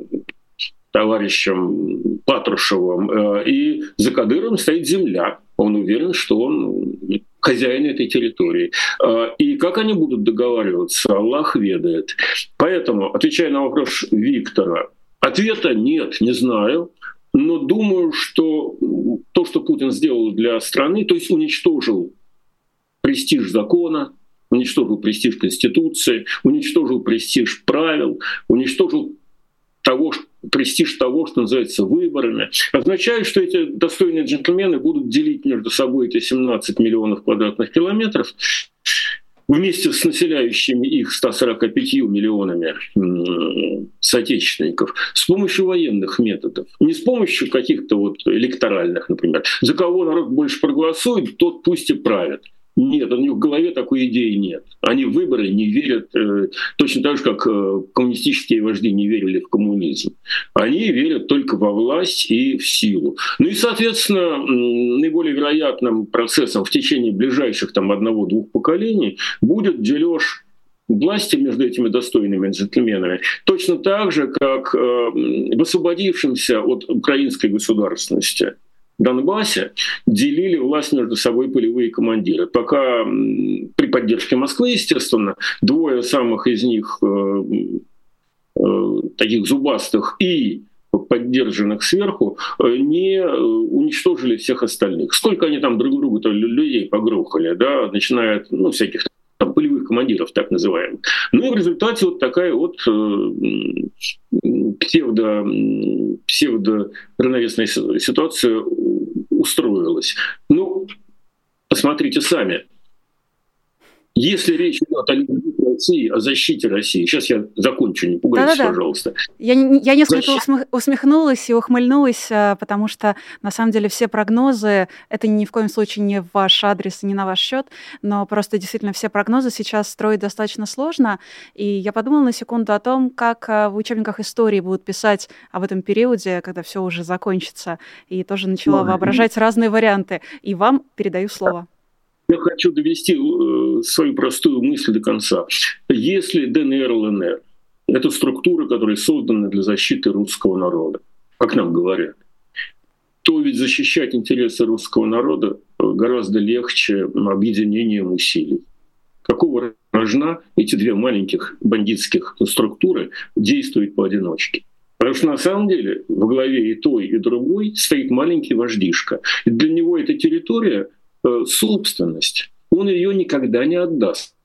товарищем Патрушевым, и за Кадыровым стоит земля. Он уверен, что он хозяин этой территории. И как они будут договариваться, Аллах ведает. Поэтому, отвечая на вопрос Виктора, ответа нет, не знаю. Но думаю, что то, что Путин сделал для страны, то есть уничтожил престиж закона, уничтожил престиж Конституции, уничтожил престиж правил, уничтожил того, престиж того, что называется выборами, означает, что эти достойные джентльмены будут делить между собой эти семнадцать миллионов квадратных километров вместе с населяющими их ста сорока пятью миллионами соотечественников с помощью военных методов. Не с помощью каких-то вот электоральных, например. За кого народ больше проголосует, тот пусть и правит. Нет, у них в голове такой идеи нет. Они в выборы не верят, э, точно так же, как э, коммунистические вожди не верили в коммунизм. Они верят только во власть и в силу. Ну и, соответственно, наиболее вероятным процессом в течение ближайших там, одного-двух поколений будет дележ власти между этими достойными джентльменами, точно так же, как э, в освободившемся от украинской государственности Донбассе делили власть между собой полевые командиры. Пока при поддержке Москвы, естественно, двое самых из них э, э, таких зубастых и поддержанных сверху не уничтожили всех остальных. Сколько они там друг другу людей погрохали, да, начиная от ну, всяких там, полевых командиров, так называемых. Ну и в результате вот такая вот э, псевдо, псевдо-равновесная ситуация устроилась. Ну, посмотрите сами. Если речь идет о любви России, о защите России, сейчас я закончу, не пугайтесь, Да-да-да. пожалуйста. Я, я несколько Защ... усмехнулась и ухмыльнулась, потому что, на самом деле, все прогнозы, это ни в коем случае не в ваш адрес и не на ваш счет, но просто действительно все прогнозы сейчас строить достаточно сложно. И я подумала на секунду о том, как в учебниках истории будут писать об этом периоде, когда все уже закончится, и тоже начала Ладно. воображать разные варианты. И вам передаю слово. Я хочу довести э, свою простую мысль до конца. Если ДНР, ЛНР — это структуры, которые созданы для защиты русского народа, как нам говорят, то ведь защищать интересы русского народа гораздо легче объединением усилий. Какого рожна эти две маленьких бандитских структуры действуют поодиночке? Потому что на самом деле во главе и той, и другой стоит маленький вождишка. И для него эта территория — собственность. Он ее никогда не отдаст.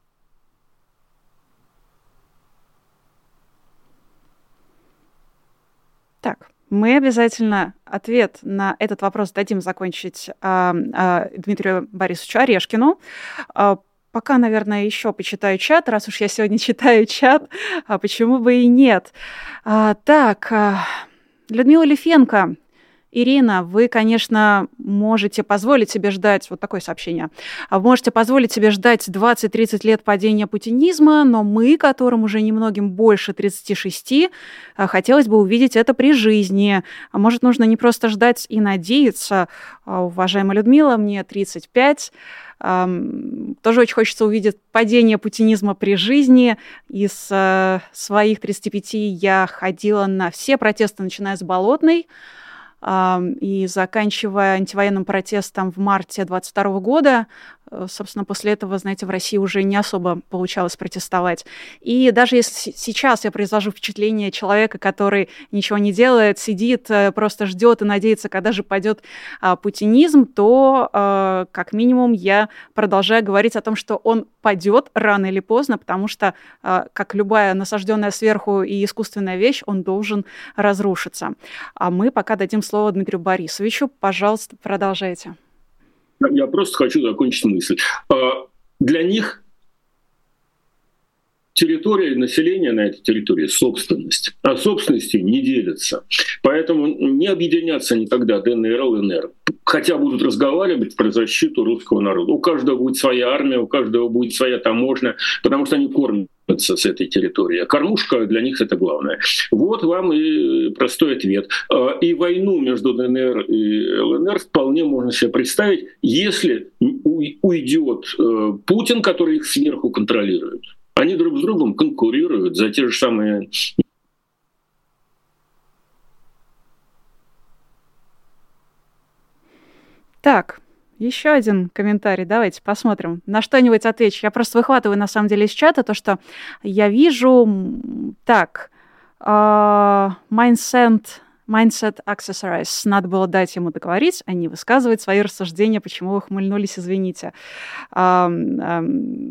Так, мы обязательно ответ на этот вопрос дадим закончить а, а, Дмитрию Борисовичу Орешкину. А, пока, наверное, еще почитаю чат, раз уж я сегодня читаю чат, а почему бы и нет. А, так, а, Людмила Лифенко. Ирина, вы, конечно, можете позволить себе ждать, вот такое сообщение, вы можете позволить себе ждать двадцать-тридцать лет падения путинизма, но мы, которым уже немногим больше тридцати шести, хотелось бы увидеть это при жизни. А может, нужно не просто ждать и надеяться. Уважаемая Людмила, мне тридцать пять, тоже очень хочется увидеть падение путинизма при жизни. Из своих тридцати пяти я ходила на все протесты, начиная с Болотной, и заканчивая антивоенным протестом в марте двадцать второго года. Собственно, после этого, знаете, в России уже не особо получалось протестовать. И даже если сейчас я произвожу впечатление человека, который ничего не делает, сидит, просто ждет и надеется, когда же пойдет а, путинизм, то а, как минимум я продолжаю говорить о том, что он падет рано или поздно, потому что, а, как любая насажденная сверху и искусственная вещь, он должен разрушиться. А мы пока дадим слово Дмитрию Борисовичу. Пожалуйста, продолжайте. Я просто хочу закончить мысль. Для них территория, население на этой территории — собственность. А собственности не делятся. Поэтому не объединятся никогда ДНР, ЛНР. Хотя будут разговаривать про защиту русского народа. У каждого будет своя армия, у каждого будет своя таможня, потому что они кормятся с этой территории. А кормушка для них — это главное. Вот вам и простой ответ. И войну между ДНР и ЛНР вполне можно себе представить, если уйдет Путин, который их сверху контролирует. Они друг с другом конкурируют за те же самые... Так, еще один комментарий. Давайте посмотрим. На что-нибудь отвечу. Я просто выхватываю, на самом деле, из чата то, что я вижу. Так, uh, mindset, mindset accessories. Надо было дать ему договорить, а не высказывать свои рассуждения, почему вы ухмыльнулись, извините. Uh, uh,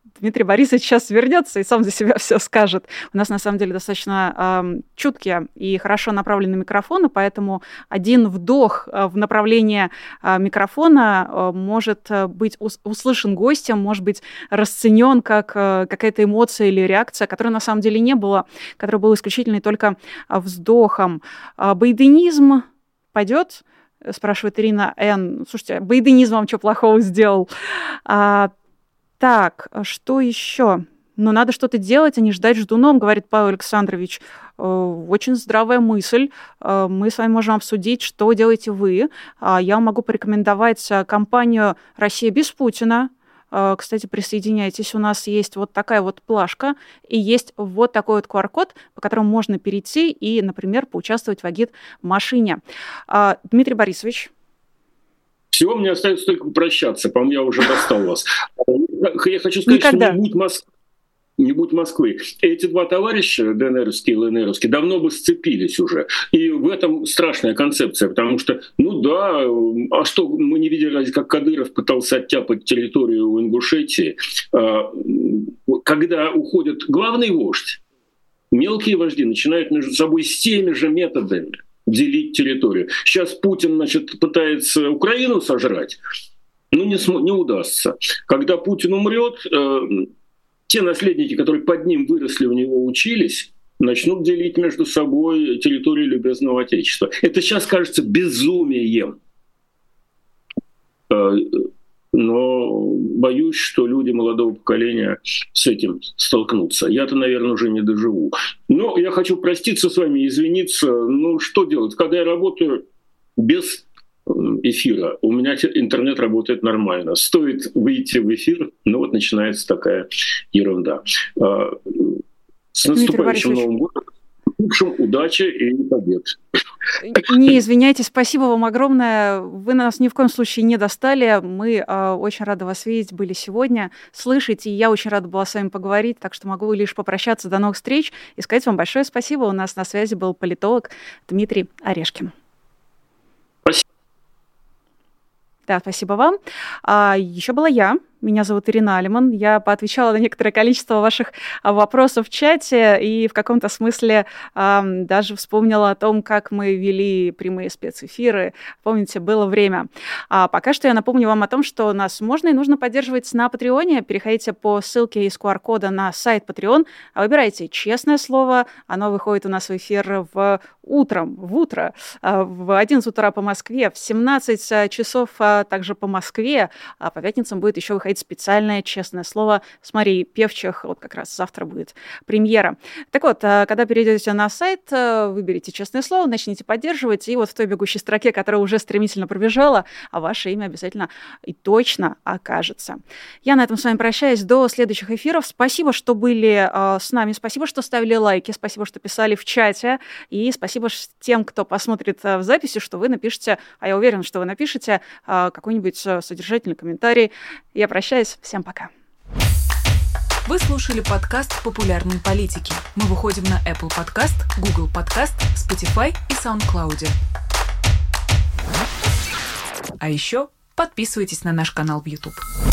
Дмитрий Борисович сейчас вернется и сам за себя все скажет. У нас, на самом деле, достаточно э, чуткие и хорошо направленные микрофоны, поэтому один вдох в направлении э, микрофона э, может быть ус- услышан гостем, может быть расценен как э, какая-то эмоция или реакция, которой на самом деле не было, которая была исключительно только вздохом. Э, байденизм пойдет? Спрашивает Ирина Н. Слушайте, байденизм вам что плохого сделал? А, Так, что еще? Ну, надо что-то делать, а не ждать ждуном, говорит Павел Александрович. Очень здравая мысль. Мы с вами можем обсудить, что делаете вы. Я вам могу порекомендовать компанию «Россия без Путина». Кстати, присоединяйтесь. У нас есть вот такая вот плашка и есть вот такой вот ку ар-код, по которому можно перейти и, например, поучаствовать в агит-машине. Дмитрий Борисович. Всего мне остается только попрощаться, по-моему, я уже достал вас. Я хочу сказать, Никогда. что не будь, Моск... не будь Москвы. Эти два товарища, ДНРовские и ЛНРовские, давно бы сцепились уже. И в этом страшная концепция, потому что, ну да, а что, мы не видели, как Кадыров пытался оттяпать территорию в Ингушетии. Когда уходит главный вождь, мелкие вожди начинают между собой с теми же методами делить территорию. Сейчас Путин, значит, пытается Украину сожрать, но не, см- не удастся. Когда Путин умрет, э, те наследники, которые под ним выросли, у него учились, начнут делить между собой территорию любезного Отечества. Это сейчас кажется безумием. Э, но боюсь, что люди молодого поколения с этим столкнутся. Я-то, наверное, уже не доживу. Но я хочу проститься с вами, извиниться. Ну, что делать? Когда я работаю без эфира, у меня интернет работает нормально. Стоит выйти в эфир, ну вот начинается такая ерунда. С наступающим Новым годом! Удачи и побед. Не извиняйтесь, спасибо вам огромное. Вы нас ни в коем случае не достали. Мы э, очень рады вас видеть были сегодня, слышать, и я очень рада была с вами поговорить, так что могу лишь попрощаться. До новых встреч и сказать вам большое спасибо. У нас на связи был политолог Дмитрий Орешкин. Спасибо. Да, спасибо вам. А, еще была я. Меня зовут Ирина Алиман. Я поотвечала на некоторое количество ваших вопросов в чате и в каком-то смысле э, даже вспомнила о том, как мы вели прямые спецэфиры. Помните, было время. А пока что я напомню вам о том, что нас можно и нужно поддерживать на Патреоне. Переходите по ссылке из ку ар-кода на сайт Patreon, выбирайте «Честное слово». Оно выходит у нас в эфир в утром, в утро, в одиннадцать утра по Москве, в семнадцать часов также по Москве, а по пятницам будет еще выходить специальное «Честное слово» с Марией Певчих. Вот как раз завтра будет премьера. Так вот, когда перейдете на сайт, выберите «Честное слово», начните поддерживать, и вот в той бегущей строке, которая уже стремительно пробежала, ваше имя обязательно и точно окажется. Я на этом с вами прощаюсь до следующих эфиров. Спасибо, что были с нами, спасибо, что ставили лайки, спасибо, что писали в чате, и спасибо тем, кто посмотрит в записи, что вы напишете, а я уверена, что вы напишете какой-нибудь содержательный комментарий. Я прощаюсь. Всем пока. Вы слушали подкаст «Популярные политики». Мы выходим на Apple Podcast, Google Podcast, Spotify и SoundCloud. А еще подписывайтесь на наш канал в YouTube.